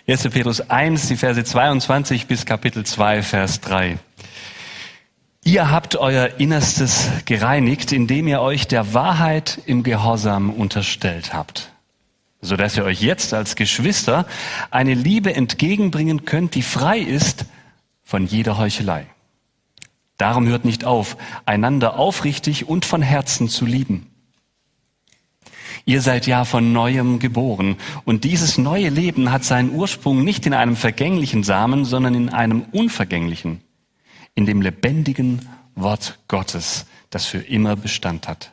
1. Petrus 1, die Verse 22 bis Kapitel 2, Vers 3. Ihr habt euer Innerstes gereinigt, indem ihr euch der Wahrheit im Gehorsam unterstellt habt, sodass ihr euch jetzt als Geschwister eine Liebe entgegenbringen könnt, die frei ist von jeder Heuchelei. Darum hört nicht auf, einander aufrichtig und von Herzen zu lieben. Ihr seid ja von Neuem geboren, und dieses neue Leben hat seinen Ursprung nicht in einem vergänglichen Samen, sondern in einem unvergänglichen, in dem lebendigen Wort Gottes, das für immer Bestand hat.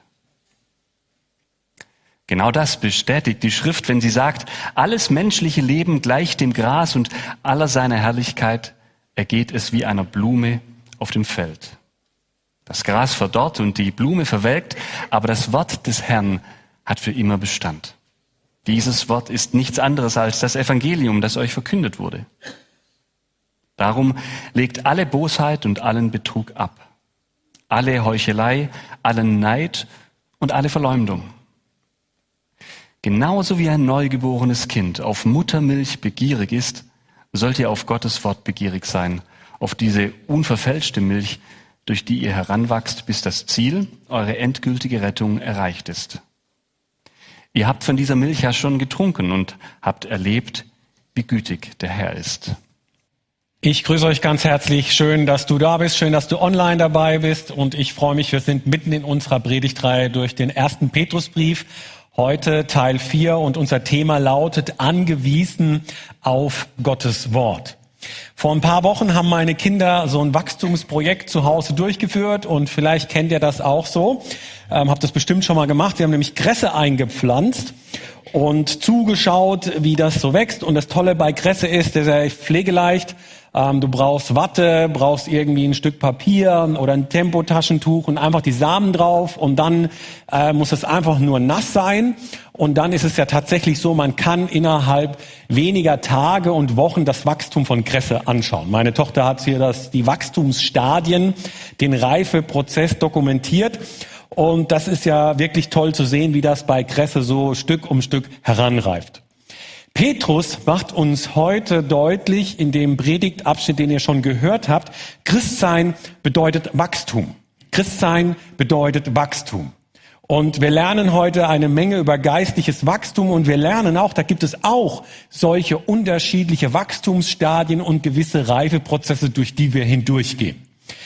Genau das bestätigt die Schrift, wenn sie sagt, alles menschliche Leben gleicht dem Gras und aller seiner Herrlichkeit ergeht es wie einer Blume auf dem Feld. Das Gras verdorrt und die Blume verwelkt, aber das Wort des Herrn hat für immer Bestand. Dieses Wort ist nichts anderes als das Evangelium, das euch verkündet wurde. Darum legt alle Bosheit und allen Betrug ab, alle Heuchelei, allen Neid und alle Verleumdung. Genauso wie ein neugeborenes Kind auf Muttermilch begierig ist, sollt ihr auf Gottes Wort begierig sein, auf diese unverfälschte Milch, durch die ihr heranwachst, bis das Ziel, eure endgültige Rettung, erreicht ist. Ihr habt von dieser Milch ja schon getrunken und habt erlebt, wie gütig der Herr ist. Ich grüße euch ganz herzlich. Schön, dass du da bist. Schön, dass du online dabei bist. Und ich freue mich, wir sind mitten in unserer Predigtreihe durch den 1. Petrusbrief. Heute Teil 4 und unser Thema lautet angewiesen auf Gottes Wort. Vor ein paar Wochen haben meine Kinder so ein Wachstumsprojekt zu Hause durchgeführt und vielleicht kennt ihr das auch so. Habt das bestimmt schon mal gemacht. Sie haben nämlich Kresse eingepflanzt und zugeschaut, wie das so wächst. Und das Tolle bei Kresse ist, das ist ja pflegeleicht. Du brauchst Watte, brauchst irgendwie ein Stück Papier oder ein Tempotaschentuch und einfach die Samen drauf und dann muss es einfach nur nass sein und dann ist es ja tatsächlich so, man kann innerhalb weniger Tage und Wochen das Wachstum von Kresse anschauen. Meine Tochter hat hier die Wachstumsstadien, den Reifeprozess dokumentiert und das ist ja wirklich toll zu sehen, wie das bei Kresse so Stück um Stück heranreift. Petrus macht uns heute deutlich in dem Predigtabschnitt, den ihr schon gehört habt, Christsein bedeutet Wachstum. Christsein bedeutet Wachstum. Und wir lernen heute eine Menge über geistliches Wachstum und wir lernen auch, da gibt es auch solche unterschiedliche Wachstumsstadien und gewisse Reifeprozesse, durch die wir hindurchgehen.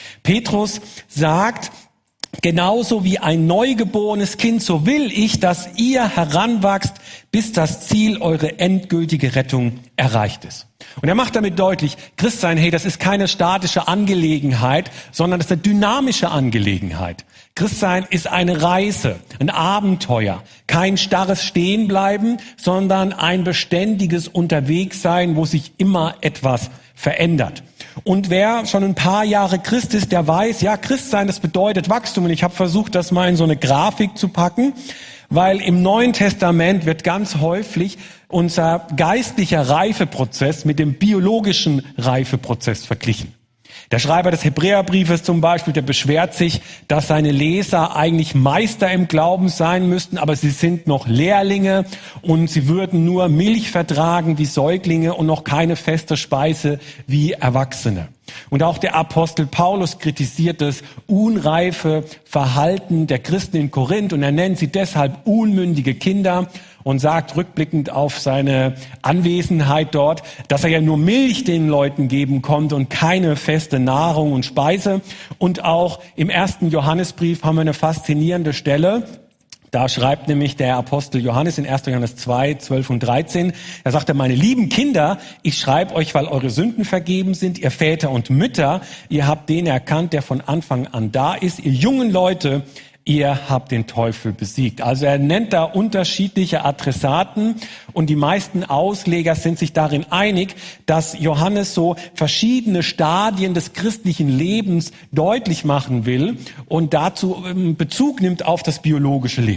Petrus sagt, genauso wie ein neugeborenes Kind, so will ich, dass ihr heranwachst, bis das Ziel, eure endgültige Rettung erreicht ist. Und er macht damit deutlich, Christsein, hey, das ist keine statische Angelegenheit, sondern das ist eine dynamische Angelegenheit. Christsein ist eine Reise, ein Abenteuer, kein starres Stehenbleiben, sondern ein beständiges Unterwegssein, wo sich immer etwas verändert. Und wer schon ein paar Jahre Christ ist, der weiß, ja, Christsein, das bedeutet Wachstum. Und ich habe versucht, das mal in so eine Grafik zu packen, weil im Neuen Testament wird ganz häufig unser geistlicher Reifeprozess mit dem biologischen Reifeprozess verglichen. Der Schreiber des Hebräerbriefes zum Beispiel, der beschwert sich, dass seine Leser eigentlich Meister im Glauben sein müssten, aber sie sind noch Lehrlinge und sie würden nur Milch vertragen wie Säuglinge und noch keine feste Speise wie Erwachsene. Und auch der Apostel Paulus kritisiert das unreife Verhalten der Christen in Korinth und er nennt sie deshalb unmündige Kinder und sagt rückblickend auf seine Anwesenheit dort, dass er ja nur Milch den Leuten geben konnte und keine feste Nahrung und Speise. Und auch im 1. Johannesbrief haben wir eine faszinierende Stelle. Da schreibt nämlich der Apostel Johannes in 1. Johannes 2, 12 und 13, da sagt er, meine lieben Kinder, ich schreibe euch, weil eure Sünden vergeben sind, ihr Väter und Mütter, ihr habt den erkannt, der von Anfang an da ist, ihr jungen Leute, ihr habt den Teufel besiegt. Also er nennt da unterschiedliche Adressaten und die meisten Ausleger sind sich darin einig, dass Johannes so verschiedene Stadien des christlichen Lebens deutlich machen will und dazu Bezug nimmt auf das biologische Leben.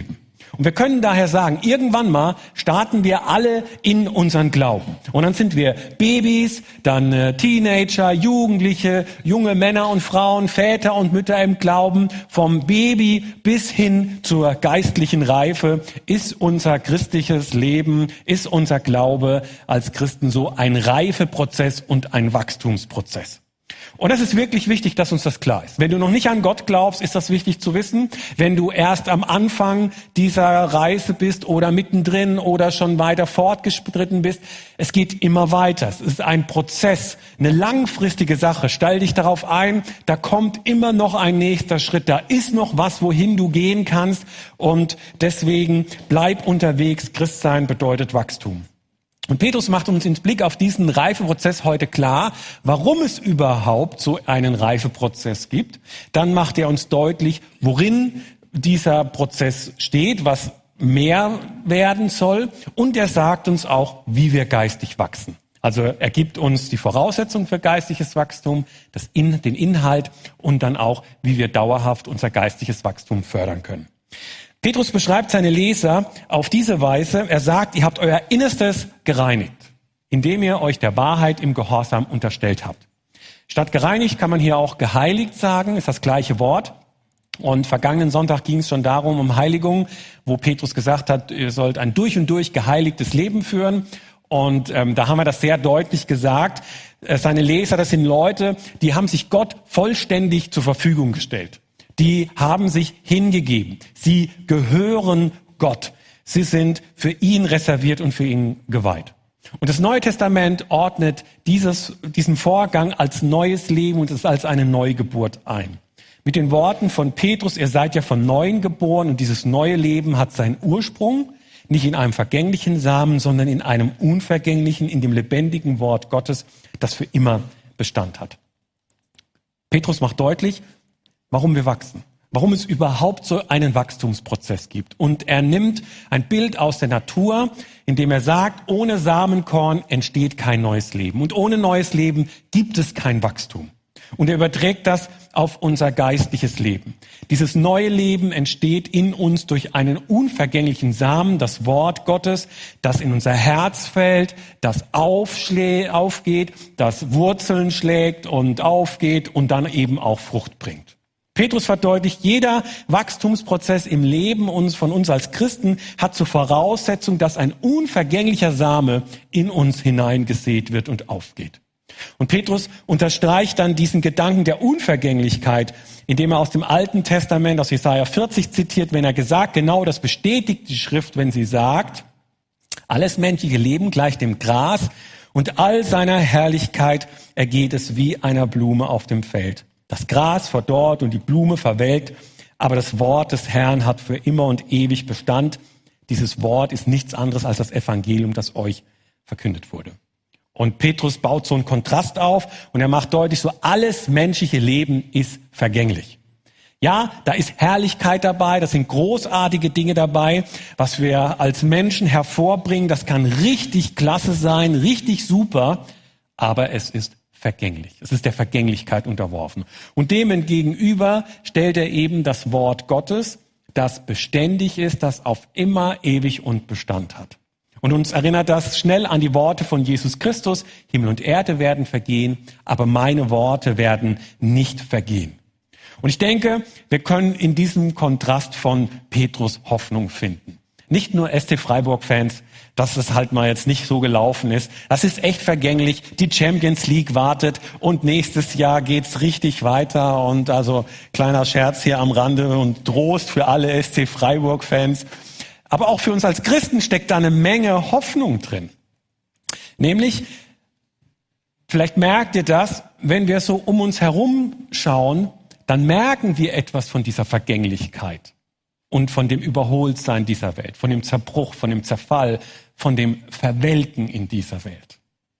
Und wir können daher sagen, irgendwann mal starten wir alle in unseren Glauben. Und dann sind wir Babys, dann Teenager, Jugendliche, junge Männer und Frauen, Väter und Mütter im Glauben. Vom Baby bis hin zur geistlichen Reife ist unser christliches Leben, ist unser Glaube als Christen so ein Reifeprozess und ein Wachstumsprozess. Und das ist wirklich wichtig, dass uns das klar ist. Wenn du noch nicht an Gott glaubst, ist das wichtig zu wissen. Wenn du erst am Anfang dieser Reise bist oder mittendrin oder schon weiter fortgeschritten bist, es geht immer weiter. Es ist ein Prozess, eine langfristige Sache. Stell dich darauf ein, da kommt immer noch ein nächster Schritt. Da ist noch was, wohin du gehen kannst. Und deswegen bleib unterwegs. Christsein bedeutet Wachstum. Und Petrus macht uns im Blick auf diesen Reifeprozess heute klar, warum es überhaupt so einen Reifeprozess gibt. Dann macht er uns deutlich, worin dieser Prozess steht, was mehr werden soll. Und er sagt uns auch, wie wir geistig wachsen. Also er gibt uns die Voraussetzung für geistliches Wachstum, den Inhalt und dann auch, wie wir dauerhaft unser geistliches Wachstum fördern können. Petrus beschreibt seine Leser auf diese Weise. Er sagt, ihr habt euer Innerstes gereinigt, indem ihr euch der Wahrheit im Gehorsam unterstellt habt. Statt gereinigt kann man hier auch geheiligt sagen, ist das gleiche Wort. Und vergangenen Sonntag ging es schon darum, um Heiligung, wo Petrus gesagt hat, ihr sollt ein durch und durch geheiligtes Leben führen. Und da haben wir das sehr deutlich gesagt. Seine Leser, das sind Leute, die haben sich Gott vollständig zur Verfügung gestellt. Die haben sich hingegeben. Sie gehören Gott. Sie sind für ihn reserviert und für ihn geweiht. Und das Neue Testament ordnet diesen Vorgang als neues Leben und als eine Neugeburt ein. Mit den Worten von Petrus, ihr seid ja von Neuem geboren und dieses neue Leben hat seinen Ursprung nicht in einem vergänglichen Samen, sondern in einem unvergänglichen, in dem lebendigen Wort Gottes, das für immer Bestand hat. Petrus macht deutlich, warum wir wachsen, warum es überhaupt so einen Wachstumsprozess gibt. Und er nimmt ein Bild aus der Natur, in dem er sagt, ohne Samenkorn entsteht kein neues Leben. Und ohne neues Leben gibt es kein Wachstum. Und er überträgt das auf unser geistliches Leben. Dieses neue Leben entsteht in uns durch einen unvergänglichen Samen, das Wort Gottes, das in unser Herz fällt, das aufgeht, das Wurzeln schlägt und aufgeht und dann eben auch Frucht bringt. Petrus verdeutlicht, jeder Wachstumsprozess im Leben von uns als Christen hat zur Voraussetzung, dass ein unvergänglicher Same in uns hineingesät wird und aufgeht. Und Petrus unterstreicht dann diesen Gedanken der Unvergänglichkeit, indem er aus dem Alten Testament, aus Jesaja 40 zitiert, wenn er gesagt, genau das bestätigt die Schrift, wenn sie sagt, alles menschliche Leben gleicht dem Gras und all seiner Herrlichkeit ergeht es wie einer Blume auf dem Feld. Das Gras verdorrt und die Blume verwelkt, aber das Wort des Herrn hat für immer und ewig Bestand. Dieses Wort ist nichts anderes als das Evangelium, das euch verkündet wurde. Und Petrus baut so einen Kontrast auf und er macht deutlich, so alles menschliche Leben ist vergänglich. Ja, da ist Herrlichkeit dabei, das sind großartige Dinge dabei, was wir als Menschen hervorbringen, das kann richtig klasse sein, richtig super, aber es ist vergänglich. Es ist der Vergänglichkeit unterworfen. Und dem entgegenüber stellt er eben das Wort Gottes, das beständig ist, das auf immer, ewig und Bestand hat. Und uns erinnert das schnell an die Worte von Jesus Christus. Himmel und Erde werden vergehen, aber meine Worte werden nicht vergehen. Und ich denke, wir können in diesem Kontrast von Petrus Hoffnung finden. Nicht nur SC Freiburg-Fans, dass es halt mal jetzt nicht so gelaufen ist. Das ist echt vergänglich. Die Champions League wartet und nächstes Jahr geht's richtig weiter. Und also kleiner Scherz hier am Rande und Trost für alle SC Freiburg-Fans. Aber auch für uns als Christen steckt da eine Menge Hoffnung drin. Nämlich, vielleicht merkt ihr das, wenn wir so um uns herum schauen, dann merken wir etwas von dieser Vergänglichkeit und von dem Überholtsein dieser Welt, von dem Zerbruch, von dem Zerfall, von dem Verwelken in dieser Welt.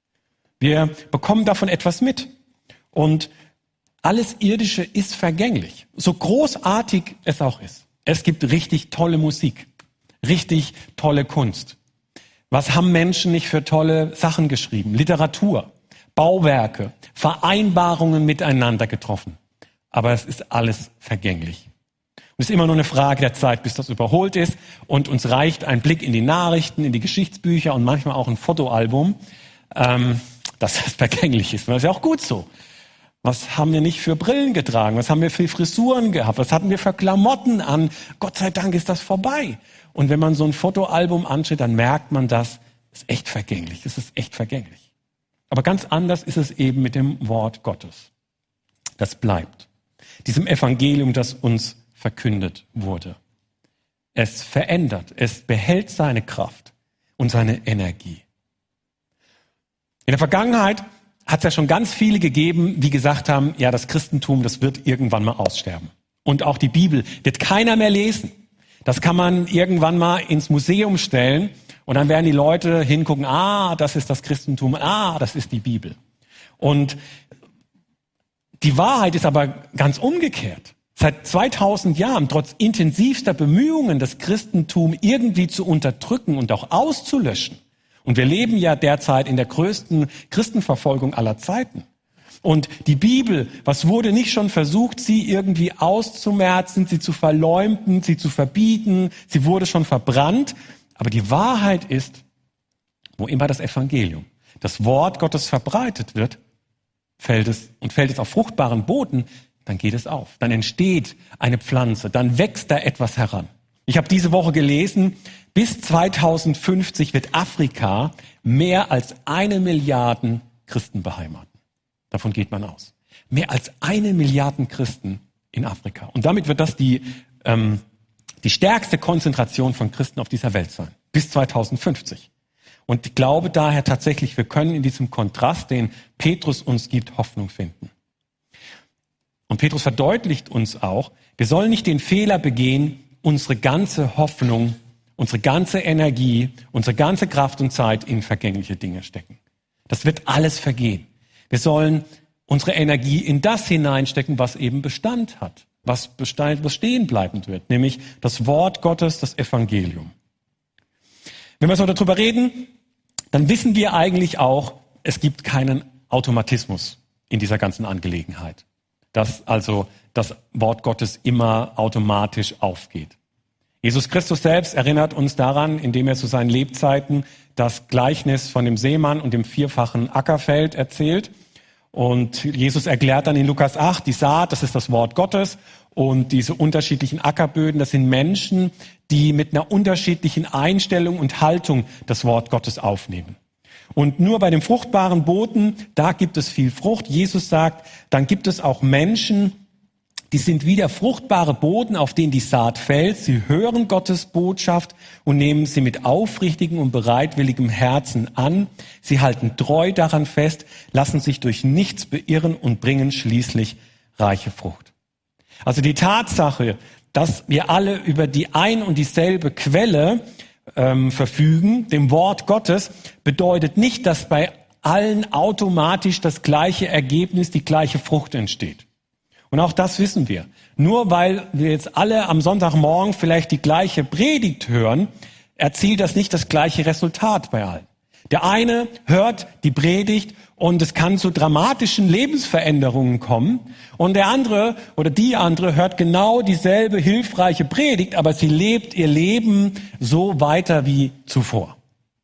Wir bekommen davon etwas mit. Und alles Irdische ist vergänglich, so großartig es auch ist. Es gibt richtig tolle Musik. Richtig tolle Kunst. Was haben Menschen nicht für tolle Sachen geschrieben? Literatur, Bauwerke, Vereinbarungen miteinander getroffen. Aber es ist alles vergänglich. Es ist immer nur eine Frage der Zeit, bis das überholt ist. Und uns reicht ein Blick in die Nachrichten, in die Geschichtsbücher und manchmal auch ein Fotoalbum, dass das vergänglich ist. Und das ist ja auch gut so. Was haben wir nicht für Brillen getragen? Was haben wir für Frisuren gehabt? Was hatten wir für Klamotten an? Gott sei Dank ist das vorbei. Und wenn man so ein Fotoalbum anschaut, dann merkt man, das ist echt vergänglich. Es ist echt vergänglich. Aber ganz anders ist es eben mit dem Wort Gottes. Das bleibt. Diesem Evangelium, das uns verkündet wurde. Es verändert, es behält seine Kraft und seine Energie. In der Vergangenheit hat es ja schon ganz viele gegeben, die gesagt haben, ja, das Christentum, das wird irgendwann mal aussterben. Und auch die Bibel wird keiner mehr lesen. Das kann man irgendwann mal ins Museum stellen und dann werden die Leute hingucken, das ist das Christentum, das ist die Bibel. Und die Wahrheit ist aber ganz umgekehrt. Seit 2000 Jahren, trotz intensivster Bemühungen, das Christentum irgendwie zu unterdrücken und auch auszulöschen. Und wir leben ja derzeit in der größten Christenverfolgung aller Zeiten. Und die Bibel, was wurde nicht schon versucht, sie irgendwie auszumerzen, sie zu verleumden, sie zu verbieten, sie wurde schon verbrannt. Aber die Wahrheit ist, wo immer das Evangelium, das Wort Gottes verbreitet wird, fällt es auf fruchtbaren Boden, dann geht es auf. Dann entsteht eine Pflanze, dann wächst da etwas heran. Ich habe diese Woche gelesen, bis 2050 wird Afrika mehr als 1 Milliarde Christen beheimaten. Davon geht man aus. Mehr als 1 Milliarde Christen in Afrika. Und damit wird das die stärkste Konzentration von Christen auf dieser Welt sein. Bis 2050. Und ich glaube daher tatsächlich, wir können in diesem Kontrast, den Petrus uns gibt, Hoffnung finden. Und Petrus verdeutlicht uns auch, wir sollen nicht den Fehler begehen, unsere ganze Hoffnung, unsere ganze Energie, unsere ganze Kraft und Zeit in vergängliche Dinge stecken. Das wird alles vergehen. Wir sollen unsere Energie in das hineinstecken, was eben Bestand hat, was stehen bleibend wird, nämlich das Wort Gottes, das Evangelium. Wenn wir so darüber reden, dann wissen wir eigentlich auch, es gibt keinen Automatismus in dieser ganzen Angelegenheit, dass also das Wort Gottes immer automatisch aufgeht. Jesus Christus selbst erinnert uns daran, indem er zu seinen Lebzeiten das Gleichnis von dem Seemann und dem 4-fachen Ackerfeld erzählt. Und Jesus erklärt dann in Lukas 8, die Saat, das ist das Wort Gottes. Und diese unterschiedlichen Ackerböden, das sind Menschen, die mit einer unterschiedlichen Einstellung und Haltung das Wort Gottes aufnehmen. Und nur bei dem fruchtbaren Boden, da gibt es viel Frucht. Jesus sagt, dann gibt es auch Menschen, die sind wie der fruchtbare Boden, auf den die Saat fällt. Sie hören Gottes Botschaft und nehmen sie mit aufrichtigem und bereitwilligem Herzen an. Sie halten treu daran fest, lassen sich durch nichts beirren und bringen schließlich reiche Frucht. Also die Tatsache, dass wir alle über die ein und dieselbe Quelle verfügen, dem Wort Gottes, bedeutet nicht, dass bei allen automatisch das gleiche Ergebnis, die gleiche Frucht entsteht. Und auch das wissen wir. Nur weil wir jetzt alle am Sonntagmorgen vielleicht die gleiche Predigt hören, erzielt das nicht das gleiche Resultat bei allen. Der eine hört die Predigt und es kann zu dramatischen Lebensveränderungen kommen. Und der andere oder die andere hört genau dieselbe hilfreiche Predigt, aber sie lebt ihr Leben so weiter wie zuvor.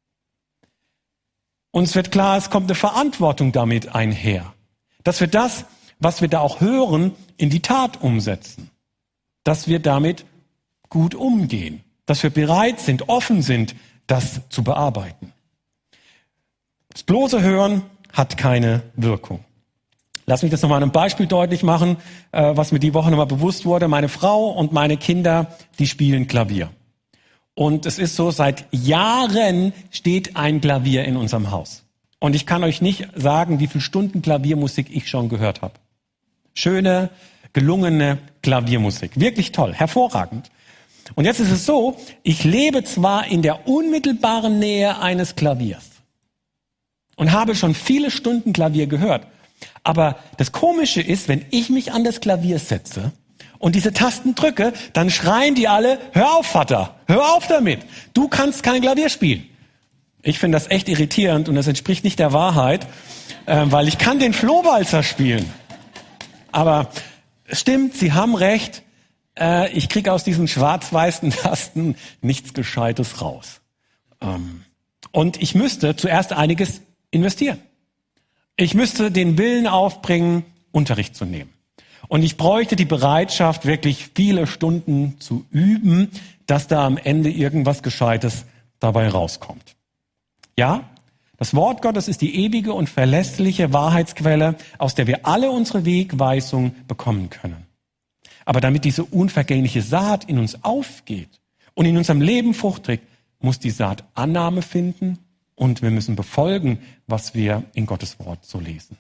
Uns wird klar, es kommt eine Verantwortung damit einher, dass wir das, was wir da auch hören, in die Tat umsetzen. Dass wir damit gut umgehen. Dass wir bereit sind, offen sind, das zu bearbeiten. Das bloße Hören hat keine Wirkung. Lass mich das nochmal an einem Beispiel deutlich machen, was mir die Woche nochmal bewusst wurde. Meine Frau und meine Kinder, die spielen Klavier. Und es ist so, seit Jahren steht ein Klavier in unserem Haus. Und ich kann euch nicht sagen, wie viele Stunden Klaviermusik ich schon gehört habe. Schöne, gelungene Klaviermusik. Wirklich toll, hervorragend. Und jetzt ist es so, ich lebe zwar in der unmittelbaren Nähe eines Klaviers und habe schon viele Stunden Klavier gehört. Aber das Komische ist, wenn ich mich an das Klavier setze und diese Tasten drücke, dann schreien die alle, hör auf, Vater, hör auf damit. Du kannst kein Klavier spielen. Ich finde das echt irritierend und das entspricht nicht der Wahrheit, weil ich kann den Flohwalzer spielen. Aber es stimmt, sie haben recht, ich kriege aus diesen schwarz-weißen Tasten nichts Gescheites raus. Und ich müsste zuerst einiges investieren. Ich müsste den Willen aufbringen, Unterricht zu nehmen. Und ich bräuchte die Bereitschaft, wirklich viele Stunden zu üben, dass da am Ende irgendwas Gescheites dabei rauskommt. Ja, das Wort Gottes ist die ewige und verlässliche Wahrheitsquelle, aus der wir alle unsere Wegweisung bekommen können. Aber damit diese unvergängliche Saat in uns aufgeht und in unserem Leben Frucht trägt, muss die Saat Annahme finden und wir müssen befolgen, was wir in Gottes Wort so lesen.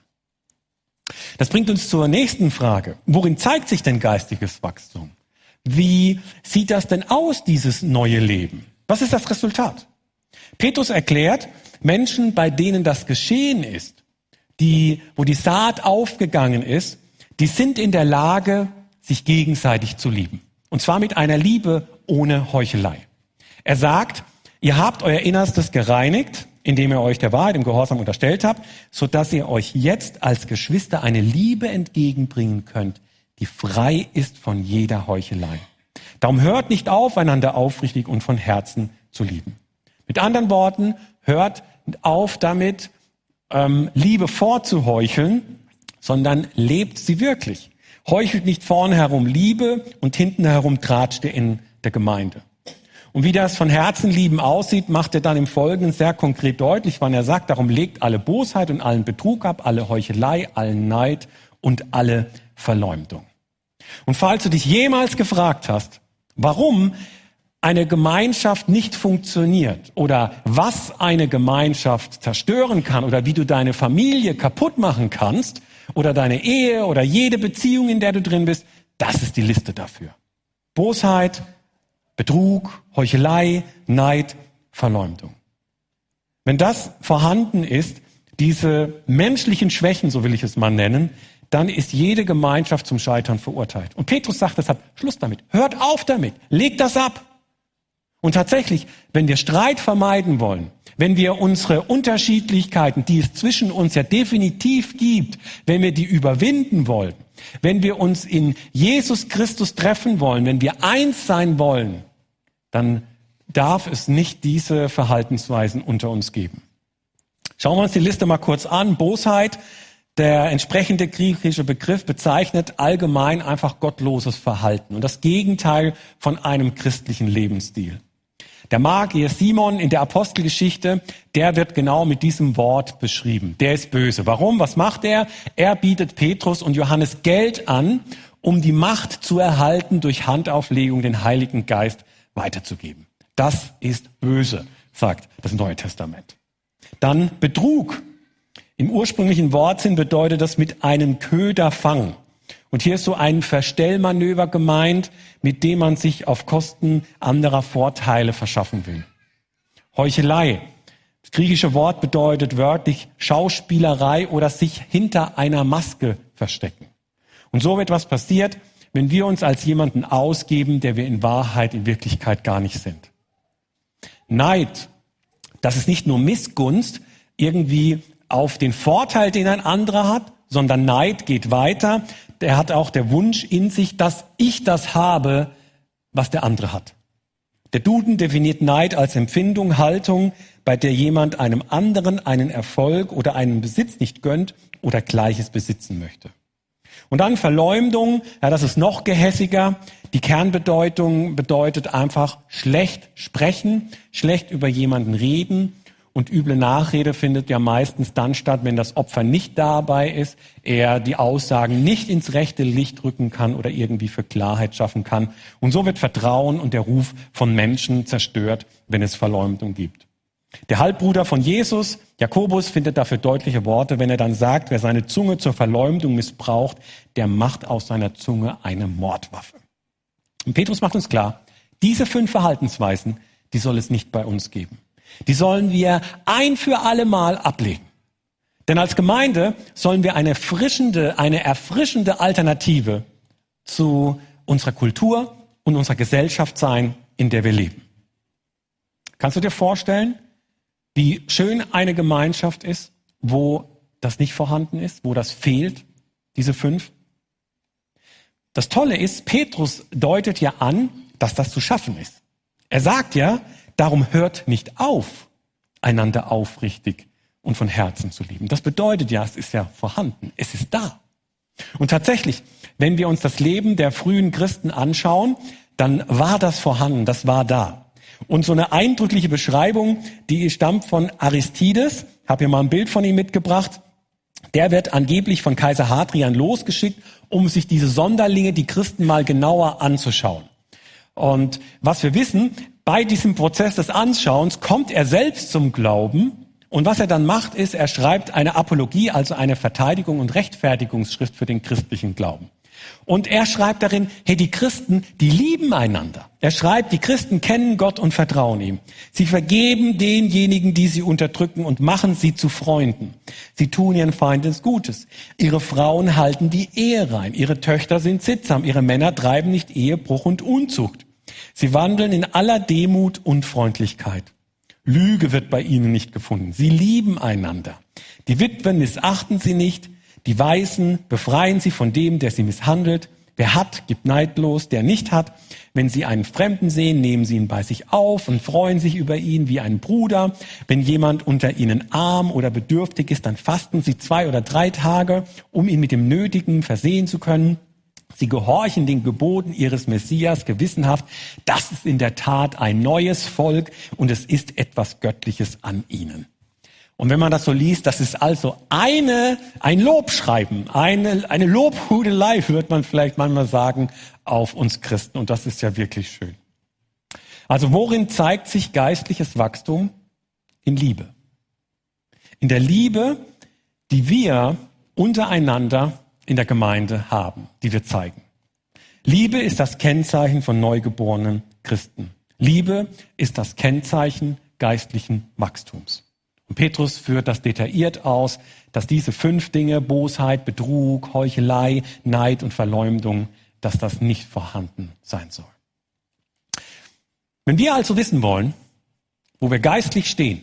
Das bringt uns zur nächsten Frage. Worin zeigt sich denn geistiges Wachstum? Wie sieht das denn aus, dieses neue Leben? Was ist das Resultat? Petrus erklärt, Menschen, bei denen das geschehen ist, wo die Saat aufgegangen ist, die sind in der Lage, sich gegenseitig zu lieben. Und zwar mit einer Liebe ohne Heuchelei. Er sagt, ihr habt euer Innerstes gereinigt, indem ihr euch der Wahrheit im Gehorsam unterstellt habt, sodass ihr euch jetzt als Geschwister eine Liebe entgegenbringen könnt, die frei ist von jeder Heuchelei. Darum hört nicht auf, einander aufrichtig und von Herzen zu lieben. Mit anderen Worten, hört auf damit, Liebe vorzuheucheln, sondern lebt sie wirklich. Heuchelt nicht vorne herum Liebe und hinten herum tratscht ihr in der Gemeinde. Und wie das von Herzen lieben aussieht, macht er dann im Folgenden sehr konkret deutlich, wann er sagt, darum legt alle Bosheit und allen Betrug ab, alle Heuchelei, allen Neid und alle Verleumdung. Und falls du dich jemals gefragt hast, warum eine Gemeinschaft nicht funktioniert oder was eine Gemeinschaft zerstören kann oder wie du deine Familie kaputt machen kannst oder deine Ehe oder jede Beziehung, in der du drin bist, das ist die Liste dafür. Bosheit, Betrug, Heuchelei, Neid, Verleumdung. Wenn das vorhanden ist, diese menschlichen Schwächen, so will ich es mal nennen, dann ist jede Gemeinschaft zum Scheitern verurteilt. Und Petrus sagt deshalb, Schluss damit, hört auf damit, legt das ab. Und tatsächlich, wenn wir Streit vermeiden wollen, wenn wir unsere Unterschiedlichkeiten, die es zwischen uns ja definitiv gibt, wenn wir die überwinden wollen, wenn wir uns in Jesus Christus treffen wollen, wenn wir eins sein wollen, dann darf es nicht diese Verhaltensweisen unter uns geben. Schauen wir uns die Liste mal kurz an. Bosheit, der entsprechende griechische Begriff, bezeichnet allgemein einfach gottloses Verhalten und das Gegenteil von einem christlichen Lebensstil. Der Magier Simon in der Apostelgeschichte, der wird genau mit diesem Wort beschrieben. Der ist böse. Warum? Was macht er? Er bietet Petrus und Johannes Geld an, um die Macht zu erhalten, durch Handauflegung den Heiligen Geist weiterzugeben. Das ist böse, sagt das Neue Testament. Dann Betrug. Im ursprünglichen Wortsinn bedeutet das mit einem Köder fangen. Und hier ist so ein Verstellmanöver gemeint, mit dem man sich auf Kosten anderer Vorteile verschaffen will. Heuchelei. Das griechische Wort bedeutet wörtlich Schauspielerei oder sich hinter einer Maske verstecken. Und so wird was passiert, wenn wir uns als jemanden ausgeben, der wir in Wahrheit, in Wirklichkeit gar nicht sind. Neid. Das ist nicht nur Missgunst irgendwie auf den Vorteil, den ein anderer hat, sondern Neid geht weiter. Der hat auch der Wunsch in sich, dass ich das habe, was der andere hat. Der Duden definiert Neid als Empfindung, Haltung, bei der jemand einem anderen einen Erfolg oder einen Besitz nicht gönnt oder Gleiches besitzen möchte. Und dann Verleumdung, ja, das ist noch gehässiger. Die Kernbedeutung bedeutet einfach schlecht sprechen, schlecht über jemanden reden. Und üble Nachrede findet ja meistens dann statt, wenn das Opfer nicht dabei ist, er die Aussagen nicht ins rechte Licht rücken kann oder irgendwie für Klarheit schaffen kann. Und so wird Vertrauen und der Ruf von Menschen zerstört, wenn es Verleumdung gibt. Der Halbbruder von Jesus, Jakobus, findet dafür deutliche Worte, wenn er dann sagt, wer seine Zunge zur Verleumdung missbraucht, der macht aus seiner Zunge eine Mordwaffe. Und Petrus macht uns klar, diese 5 Verhaltensweisen, die soll es nicht bei uns geben. Die sollen wir ein für alle Mal ablegen. Denn als Gemeinde sollen wir eine erfrischende Alternative zu unserer Kultur und unserer Gesellschaft sein, in der wir leben. Kannst du dir vorstellen, wie schön eine Gemeinschaft ist, wo das nicht vorhanden ist, wo das fehlt, diese 5? das Tolle ist, Petrus deutet ja an, dass das zu schaffen ist. Er sagt ja, darum hört nicht auf, einander aufrichtig und von Herzen zu lieben. Das bedeutet ja, es ist ja vorhanden, es ist da. Und tatsächlich, wenn wir uns das Leben der frühen Christen anschauen, dann war das vorhanden, das war da. Und so eine eindrückliche Beschreibung, die stammt von Aristides, habe hier mal ein Bild von ihm mitgebracht. Der wird angeblich von Kaiser Hadrian losgeschickt, um sich diese Sonderlinge, die Christen, mal genauer anzuschauen. Und was wir wissen, bei diesem Prozess des Anschauens kommt er selbst zum Glauben. Und was er dann macht, ist, er schreibt eine Apologie, also eine Verteidigung und Rechtfertigungsschrift für den christlichen Glauben. Und er schreibt darin, hey, die Christen, die lieben einander. Er schreibt, die Christen kennen Gott und vertrauen ihm. Sie vergeben denjenigen, die sie unterdrücken und machen sie zu Freunden. Sie tun ihren Feinden Gutes. Ihre Frauen halten die Ehe rein. Ihre Töchter sind sittsam. Ihre Männer treiben nicht Ehebruch und Unzucht. Sie wandeln in aller Demut und Freundlichkeit. Lüge wird bei ihnen nicht gefunden. Sie lieben einander. Die Witwen missachten sie nicht. Die Weisen befreien sie von dem, der sie misshandelt. Wer hat, gibt neidlos. Der nicht hat, wenn sie einen Fremden sehen, nehmen sie ihn bei sich auf und freuen sich über ihn wie einen Bruder. Wenn jemand unter ihnen arm oder bedürftig ist, dann fasten sie 2 oder 3 Tage, um ihn mit dem Nötigen versehen zu können. Sie gehorchen den Geboten ihres Messias gewissenhaft. Das ist in der Tat ein neues Volk und es ist etwas Göttliches an ihnen. Und wenn man das so liest, das ist also ein Lobschreiben, eine Lobhudelei, wird man vielleicht manchmal sagen, auf uns Christen. Und das ist ja wirklich schön. Also worin zeigt sich geistliches Wachstum? In Liebe. In der Liebe, die wir untereinander in der Gemeinde haben, die wir zeigen. Liebe ist das Kennzeichen von neugeborenen Christen. Liebe ist das Kennzeichen geistlichen Wachstums. Und Petrus führt das detailliert aus, dass diese 5 Dinge, Bosheit, Betrug, Heuchelei, Neid und Verleumdung, dass das nicht vorhanden sein soll. Wenn wir also wissen wollen, wo wir geistlich stehen,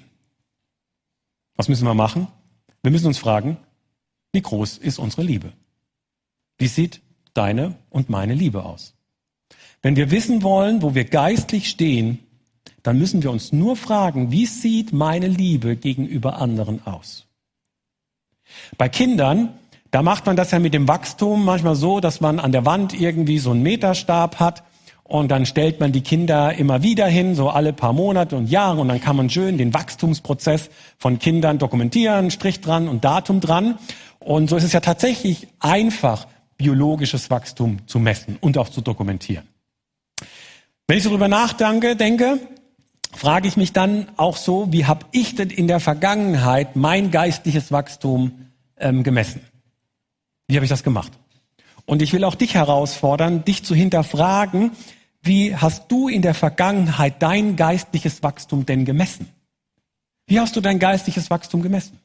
was müssen wir machen? Wir müssen uns fragen, wie groß ist unsere Liebe? Wie sieht deine und meine Liebe aus? Wenn wir wissen wollen, wo wir geistlich stehen, dann müssen wir uns nur fragen, wie sieht meine Liebe gegenüber anderen aus? Bei Kindern, da macht man das ja mit dem Wachstum manchmal so, dass man an der Wand irgendwie so einen Meterstab hat und dann stellt man die Kinder immer wieder hin, so alle paar Monate und Jahre und dann kann man schön den Wachstumsprozess von Kindern dokumentieren, Strich dran und Datum dran. Und so ist es ja tatsächlich einfach, biologisches Wachstum zu messen und auch zu dokumentieren. Wenn ich so drüber denke, frage ich mich dann auch so, wie habe ich denn in der Vergangenheit mein geistliches Wachstum gemessen? Wie habe ich das gemacht? Und ich will auch dich herausfordern, dich zu hinterfragen, wie hast du in der Vergangenheit dein geistliches Wachstum denn gemessen? Wie hast du dein geistliches Wachstum gemessen?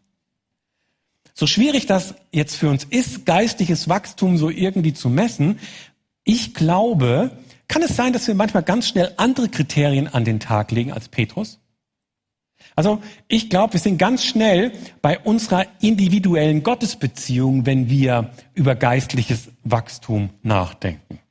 So schwierig das jetzt für uns ist, geistliches Wachstum so irgendwie zu messen, ich glaube, kann es sein, dass wir manchmal ganz schnell andere Kriterien an den Tag legen als Petrus? Also ich glaube, wir sind ganz schnell bei unserer individuellen Gottesbeziehung, wenn wir über geistliches Wachstum nachdenken.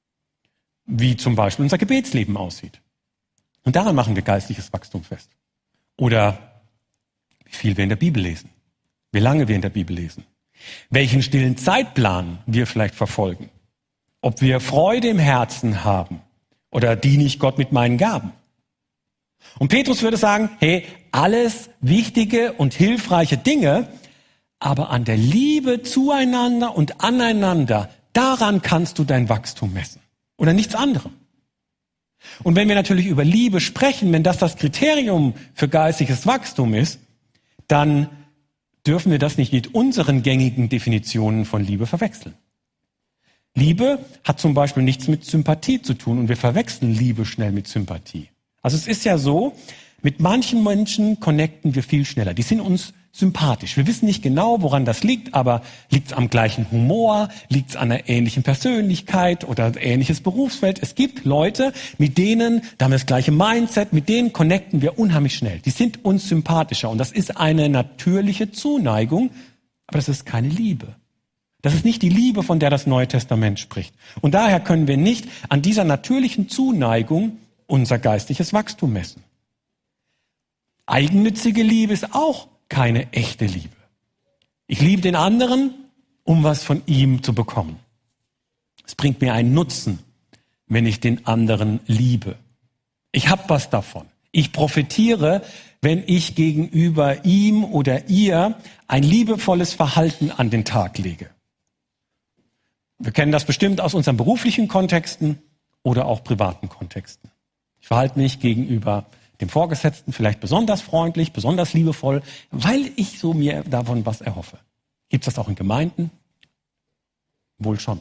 Wie zum Beispiel unser Gebetsleben aussieht. Und daran machen wir geistliches Wachstum fest. Oder wie viel wir in der Bibel lesen. Wie lange wir in der Bibel lesen. Welchen stillen Zeitplan wir vielleicht verfolgen. Ob wir Freude im Herzen haben oder diene ich Gott mit meinen Gaben. Und Petrus würde sagen, hey, alles wichtige und hilfreiche Dinge, aber an der Liebe zueinander und aneinander, daran kannst du dein Wachstum messen. Oder nichts anderem. Und wenn wir natürlich über Liebe sprechen, wenn das das Kriterium für geistliches Wachstum ist, dann dürfen wir das nicht mit unseren gängigen Definitionen von Liebe verwechseln. Liebe hat zum Beispiel nichts mit Sympathie zu tun und wir verwechseln Liebe schnell mit Sympathie. Also es ist ja so, mit manchen Menschen connecten wir viel schneller. Die sind uns sympathisch. Wir wissen nicht genau, woran das liegt, aber liegt es am gleichen Humor, liegt es an einer ähnlichen Persönlichkeit oder ähnliches Berufsfeld. Es gibt Leute, mit denen, da haben wir das gleiche Mindset, mit denen connecten wir unheimlich schnell. Die sind uns sympathischer und das ist eine natürliche Zuneigung, aber das ist keine Liebe. Das ist nicht die Liebe, von der das Neue Testament spricht. Und daher können wir nicht an dieser natürlichen Zuneigung unser geistliches Wachstum messen. Eigennützige Liebe ist auch keine echte Liebe. Ich liebe den anderen, um was von ihm zu bekommen. Es bringt mir einen Nutzen, wenn ich den anderen liebe. Ich habe was davon. Ich profitiere, wenn ich gegenüber ihm oder ihr ein liebevolles Verhalten an den Tag lege. Wir kennen das bestimmt aus unseren beruflichen Kontexten oder auch privaten Kontexten. Ich verhalte mich gegenüber dem Vorgesetzten vielleicht besonders freundlich, besonders liebevoll, weil ich so mir davon was erhoffe. Gibt es das auch in Gemeinden? Wohl schon.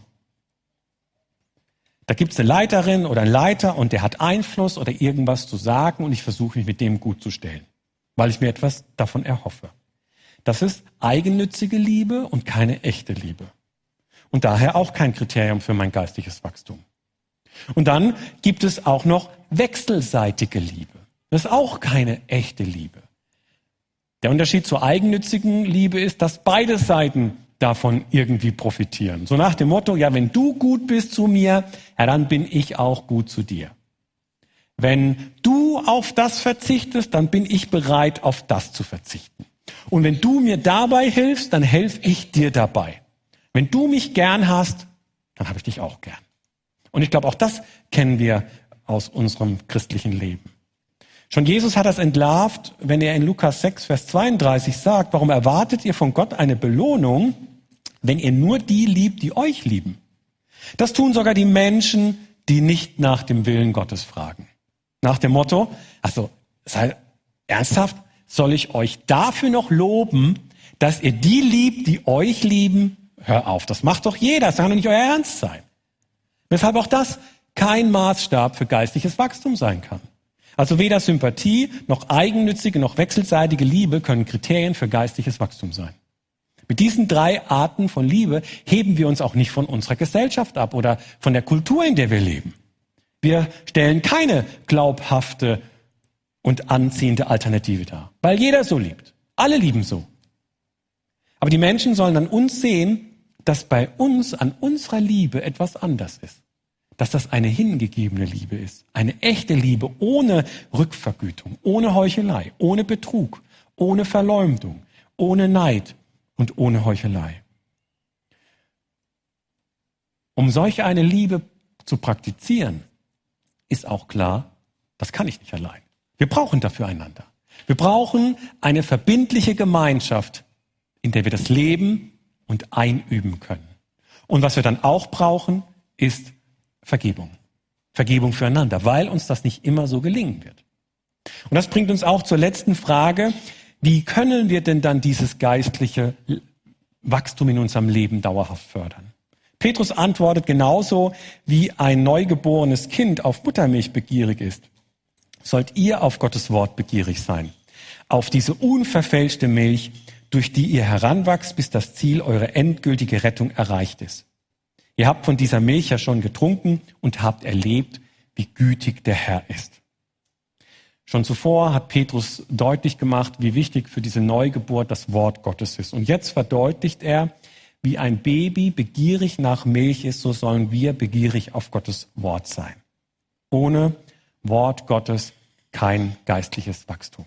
Da gibt es eine Leiterin oder einen Leiter und der hat Einfluss oder irgendwas zu sagen und ich versuche mich mit dem gut zu stellen, weil ich mir etwas davon erhoffe. Das ist eigennützige Liebe und keine echte Liebe. Und daher auch kein Kriterium für mein geistliches Wachstum. Und dann gibt es auch noch wechselseitige Liebe. Das ist auch keine echte Liebe. Der Unterschied zur eigennützigen Liebe ist, dass beide Seiten davon irgendwie profitieren. So nach dem Motto, ja, wenn du gut bist zu mir, ja, dann bin ich auch gut zu dir. Wenn du auf das verzichtest, dann bin ich bereit, auf das zu verzichten. Und wenn du mir dabei hilfst, dann helfe ich dir dabei. Wenn du mich gern hast, dann habe ich dich auch gern. Und ich glaube, auch das kennen wir aus unserem christlichen Leben. Schon Jesus hat das entlarvt, wenn er in Lukas 6, Vers 32 sagt, warum erwartet ihr von Gott eine Belohnung, wenn ihr nur die liebt, die euch lieben? Das tun sogar die Menschen, die nicht nach dem Willen Gottes fragen. Nach dem Motto, also sei ernsthaft, soll ich euch dafür noch loben, dass ihr die liebt, die euch lieben? Hör auf, das macht doch jeder, das kann doch nicht euer Ernst sein. Weshalb auch das kein Maßstab für geistliches Wachstum sein kann. Also weder Sympathie, noch eigennützige, noch wechselseitige Liebe können Kriterien für geistliches Wachstum sein. Mit diesen 3 Arten von Liebe heben wir uns auch nicht von unserer Gesellschaft ab oder von der Kultur, in der wir leben. Wir stellen keine glaubhafte und anziehende Alternative dar, weil jeder so liebt. Alle lieben so. Aber die Menschen sollen an uns sehen, dass bei uns, an unserer Liebe etwas anders ist. Dass das eine hingegebene Liebe ist. Eine echte Liebe ohne Rückvergütung, ohne Heuchelei, ohne Betrug, ohne Verleumdung, ohne Neid und ohne Heuchelei. Um solch eine Liebe zu praktizieren, ist auch klar, das kann ich nicht allein. Wir brauchen dafür einander. Wir brauchen eine verbindliche Gemeinschaft, in der wir das leben und einüben können. Und was wir dann auch brauchen, ist Vergebung. Vergebung füreinander, weil uns das nicht immer so gelingen wird. Und das bringt uns auch zur letzten Frage. Wie können wir denn dann dieses geistliche Wachstum in unserem Leben dauerhaft fördern? Petrus antwortet genauso, wie ein neugeborenes Kind auf Muttermilch begierig ist. Sollt ihr auf Gottes Wort begierig sein. Auf diese unverfälschte Milch, durch die ihr heranwachst, bis das Ziel eurer endgültigen Rettung erreicht ist. Ihr habt von dieser Milch ja schon getrunken und habt erlebt, wie gütig der Herr ist. Schon zuvor hat Petrus deutlich gemacht, wie wichtig für diese Neugeburt das Wort Gottes ist. Und jetzt verdeutlicht er, wie ein Baby begierig nach Milch ist, so sollen wir begierig auf Gottes Wort sein. Ohne Wort Gottes kein geistliches Wachstum.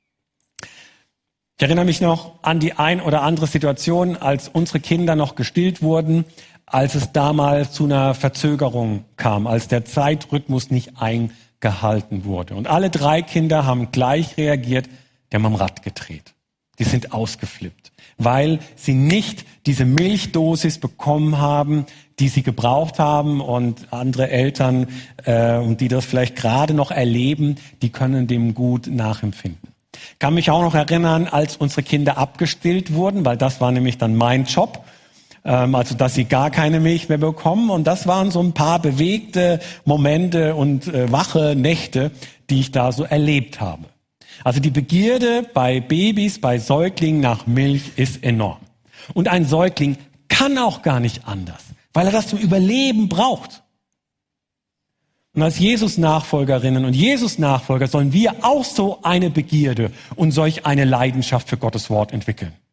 Ich erinnere mich noch an die ein oder andere Situation, als unsere Kinder noch gestillt wurden, als es damals zu einer Verzögerung kam, als der Zeitrhythmus nicht eingehalten wurde. Und alle 3 Kinder haben gleich reagiert, die haben am Rad gedreht. Die sind ausgeflippt, weil sie nicht diese Milchdosis bekommen haben, die sie gebraucht haben. Und andere Eltern, die das vielleicht gerade noch erleben, die können dem gut nachempfinden. Ich kann mich auch noch erinnern, als unsere Kinder abgestillt wurden, weil das war nämlich dann mein Job, also dass sie gar keine Milch mehr bekommen. Und das waren so ein paar bewegte Momente und wache Nächte, die ich da so erlebt habe. Also die Begierde bei Babys, bei Säuglingen nach Milch ist enorm. Und ein Säugling kann auch gar nicht anders, weil er das zum Überleben braucht. Und als Jesus-Nachfolgerinnen und Jesus-Nachfolger sollen wir auch so eine Begierde und solch eine Leidenschaft für Gottes Wort entwickeln.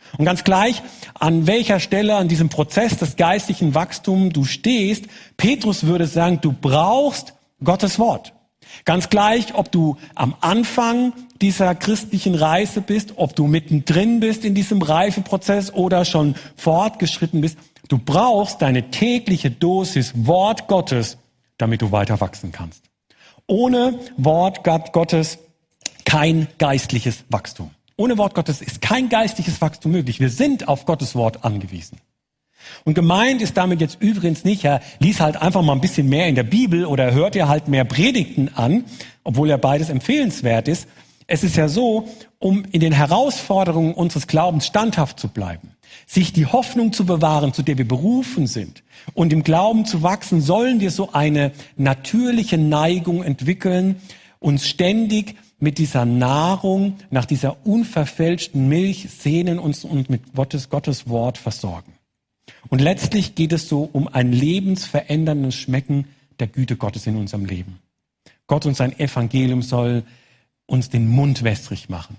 Und ganz gleich, an welcher Stelle an diesem Prozess des geistlichen Wachstums du stehst, Petrus würde sagen, du brauchst Gottes Wort. Ganz gleich, ob du am Anfang dieser christlichen Reise bist, ob du mittendrin bist in diesem Reifeprozess oder schon fortgeschritten bist, du brauchst deine tägliche Dosis Wort Gottes, damit du weiter wachsen kannst. Ohne Wort Gottes kein geistliches Wachstum. Ohne Wort Gottes ist kein geistliches Wachstum möglich. Wir sind auf Gottes Wort angewiesen. Und gemeint ist damit jetzt übrigens nicht, er lies halt einfach mal ein bisschen mehr in der Bibel oder hört ihr halt mehr Predigten an, obwohl ja beides empfehlenswert ist. Es ist ja so, um in den Herausforderungen unseres Glaubens standhaft zu bleiben, sich die Hoffnung zu bewahren, zu der wir berufen sind und im Glauben zu wachsen, sollen wir so eine natürliche Neigung entwickeln, uns ständig mit dieser Nahrung, nach dieser unverfälschten Milch sehnen uns und mit Gottes Wort versorgen. Und letztlich geht es so um ein lebensveränderndes Schmecken der Güte Gottes in unserem Leben. Gott und sein Evangelium soll uns den Mund wässrig machen.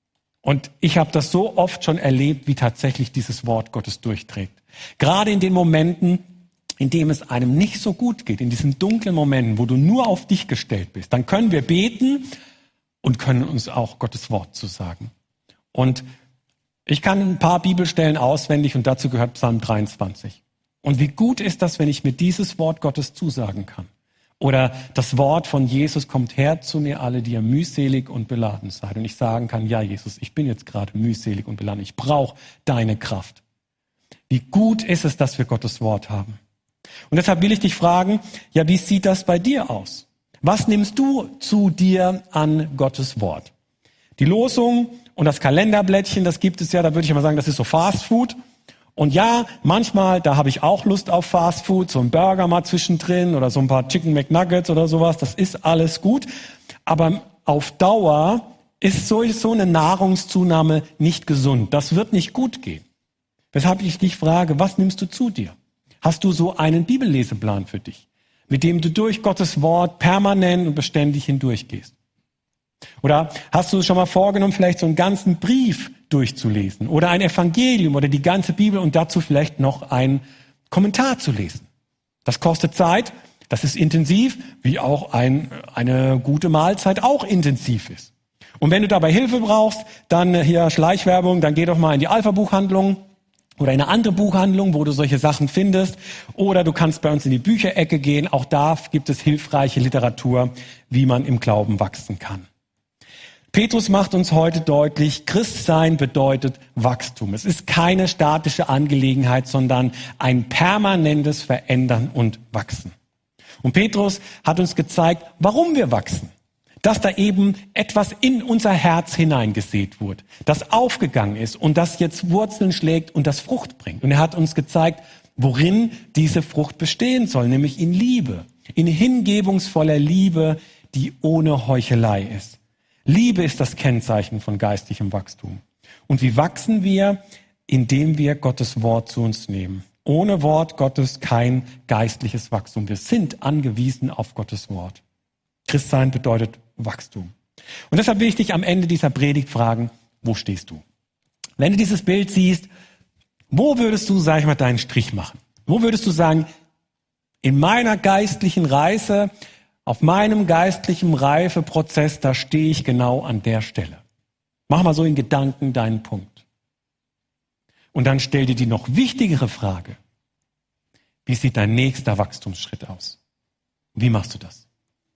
Und ich habe das so oft schon erlebt, wie tatsächlich dieses Wort Gottes durchträgt. Gerade in den Momenten, in denen es einem nicht so gut geht, in diesen dunklen Momenten, wo du nur auf dich gestellt bist, dann können wir beten und können uns auch Gottes Wort zusagen. Und ich kann ein paar Bibelstellen auswendig und dazu gehört Psalm 23. Und wie gut ist das, wenn ich mir dieses Wort Gottes zusagen kann? Oder das Wort von Jesus, kommt her zu mir alle, die ihr mühselig und beladen seid. Und ich sagen kann, ja Jesus, ich bin jetzt gerade mühselig und beladen. Ich brauche deine Kraft. Wie gut ist es, dass wir Gottes Wort haben? Und deshalb will ich dich fragen, ja, wie sieht das bei dir aus? Was nimmst du zu dir an Gottes Wort? Die Losung und das Kalenderblättchen, das gibt es ja, da würde ich mal sagen, das ist so Fast Food. Und ja, manchmal, da habe ich auch Lust auf Fast Food, so ein Burger mal zwischendrin oder so ein paar Chicken McNuggets oder sowas, das ist alles gut. Aber auf Dauer ist so eine Nahrungszunahme nicht gesund. Das wird nicht gut gehen. Weshalb ich dich frage, was nimmst du zu dir? Hast du so einen Bibelleseplan für dich, mit dem du durch Gottes Wort permanent und beständig hindurchgehst? Oder hast du es schon mal vorgenommen, vielleicht so einen ganzen Brief durchzulesen oder ein Evangelium oder die ganze Bibel und dazu vielleicht noch einen Kommentar zu lesen? Das kostet Zeit, das ist intensiv, wie auch eine gute Mahlzeit auch intensiv ist. Und wenn du dabei Hilfe brauchst, dann hier Schleichwerbung, dann geh doch mal in die Alpha-Buchhandlung oder in eine andere Buchhandlung, wo du solche Sachen findest. Oder du kannst bei uns in die Bücherecke gehen. Auch da gibt es hilfreiche Literatur, wie man im Glauben wachsen kann. Petrus macht uns heute deutlich, Christsein bedeutet Wachstum. Es ist keine statische Angelegenheit, sondern ein permanentes Verändern und Wachsen. Und Petrus hat uns gezeigt, warum wir wachsen. Dass da eben etwas in unser Herz hineingesät wurde, das aufgegangen ist und das jetzt Wurzeln schlägt und das Frucht bringt. Und er hat uns gezeigt, worin diese Frucht bestehen soll, nämlich in Liebe, in hingebungsvoller Liebe, die ohne Heuchelei ist. Liebe ist das Kennzeichen von geistlichem Wachstum. Und wie wachsen wir? Indem wir Gottes Wort zu uns nehmen. Ohne Wort Gottes kein geistliches Wachstum. Wir sind angewiesen auf Gottes Wort. Christsein bedeutet Wachstum. Und deshalb will ich dich am Ende dieser Predigt fragen, wo stehst du? Wenn du dieses Bild siehst, wo würdest du, sag ich mal, deinen Strich machen? Wo würdest du sagen, in meiner geistlichen Reise, auf meinem geistlichen Reifeprozess, da stehe ich genau an der Stelle. Mach mal so in Gedanken deinen Punkt. Und dann stell dir die noch wichtigere Frage. Wie sieht dein nächster Wachstumsschritt aus? Wie machst du das?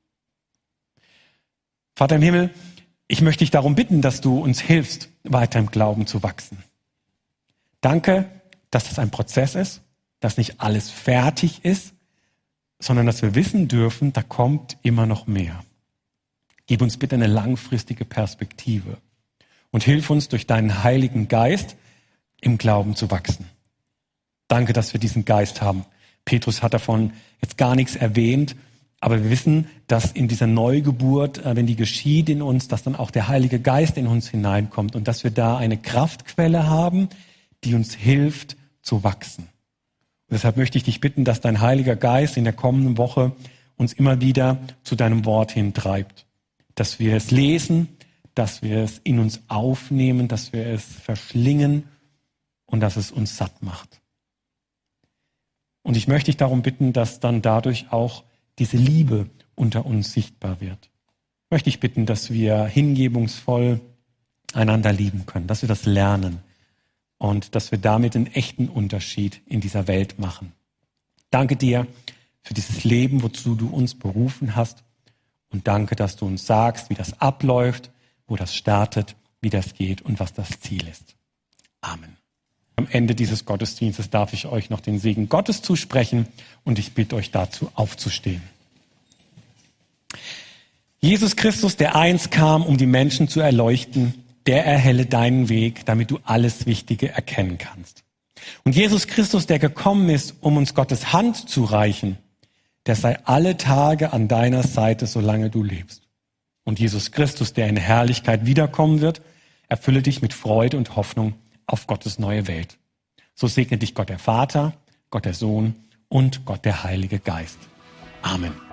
Vater im Himmel, ich möchte dich darum bitten, dass du uns hilfst, weiter im Glauben zu wachsen. Danke, dass das ein Prozess ist, dass nicht alles fertig ist, sondern dass wir wissen dürfen, da kommt immer noch mehr. Gib uns bitte eine langfristige Perspektive und hilf uns durch deinen Heiligen Geist im Glauben zu wachsen. Danke, dass wir diesen Geist haben. Petrus hat davon jetzt gar nichts erwähnt, aber wir wissen, dass in dieser Neugeburt, wenn die geschieht in uns, dass dann auch der Heilige Geist in uns hineinkommt und dass wir da eine Kraftquelle haben, die uns hilft zu wachsen. Und deshalb möchte ich dich bitten, dass dein Heiliger Geist in der kommenden Woche uns immer wieder zu deinem Wort hintreibt. Dass wir es lesen, dass wir es in uns aufnehmen, dass wir es verschlingen und dass es uns satt macht. Und ich möchte dich darum bitten, dass dann dadurch auch diese Liebe unter uns sichtbar wird. Ich möchte dich bitten, dass wir hingebungsvoll einander lieben können, dass wir das lernen und dass wir damit einen echten Unterschied in dieser Welt machen. Danke dir für dieses Leben, wozu du uns berufen hast, und danke, dass du uns sagst, wie das abläuft, wo das startet, wie das geht und was das Ziel ist. Amen. Am Ende dieses Gottesdienstes darf ich euch noch den Segen Gottes zusprechen und ich bitte euch dazu aufzustehen. Jesus Christus, der einst kam, um die Menschen zu erleuchten, der erhelle deinen Weg, damit du alles Wichtige erkennen kannst. Und Jesus Christus, der gekommen ist, um uns Gottes Hand zu reichen, der sei alle Tage an deiner Seite, solange du lebst. Und Jesus Christus, der in Herrlichkeit wiederkommen wird, erfülle dich mit Freude und Hoffnung auf Gottes neue Welt. So segne dich Gott der Vater, Gott der Sohn und Gott der Heilige Geist. Amen.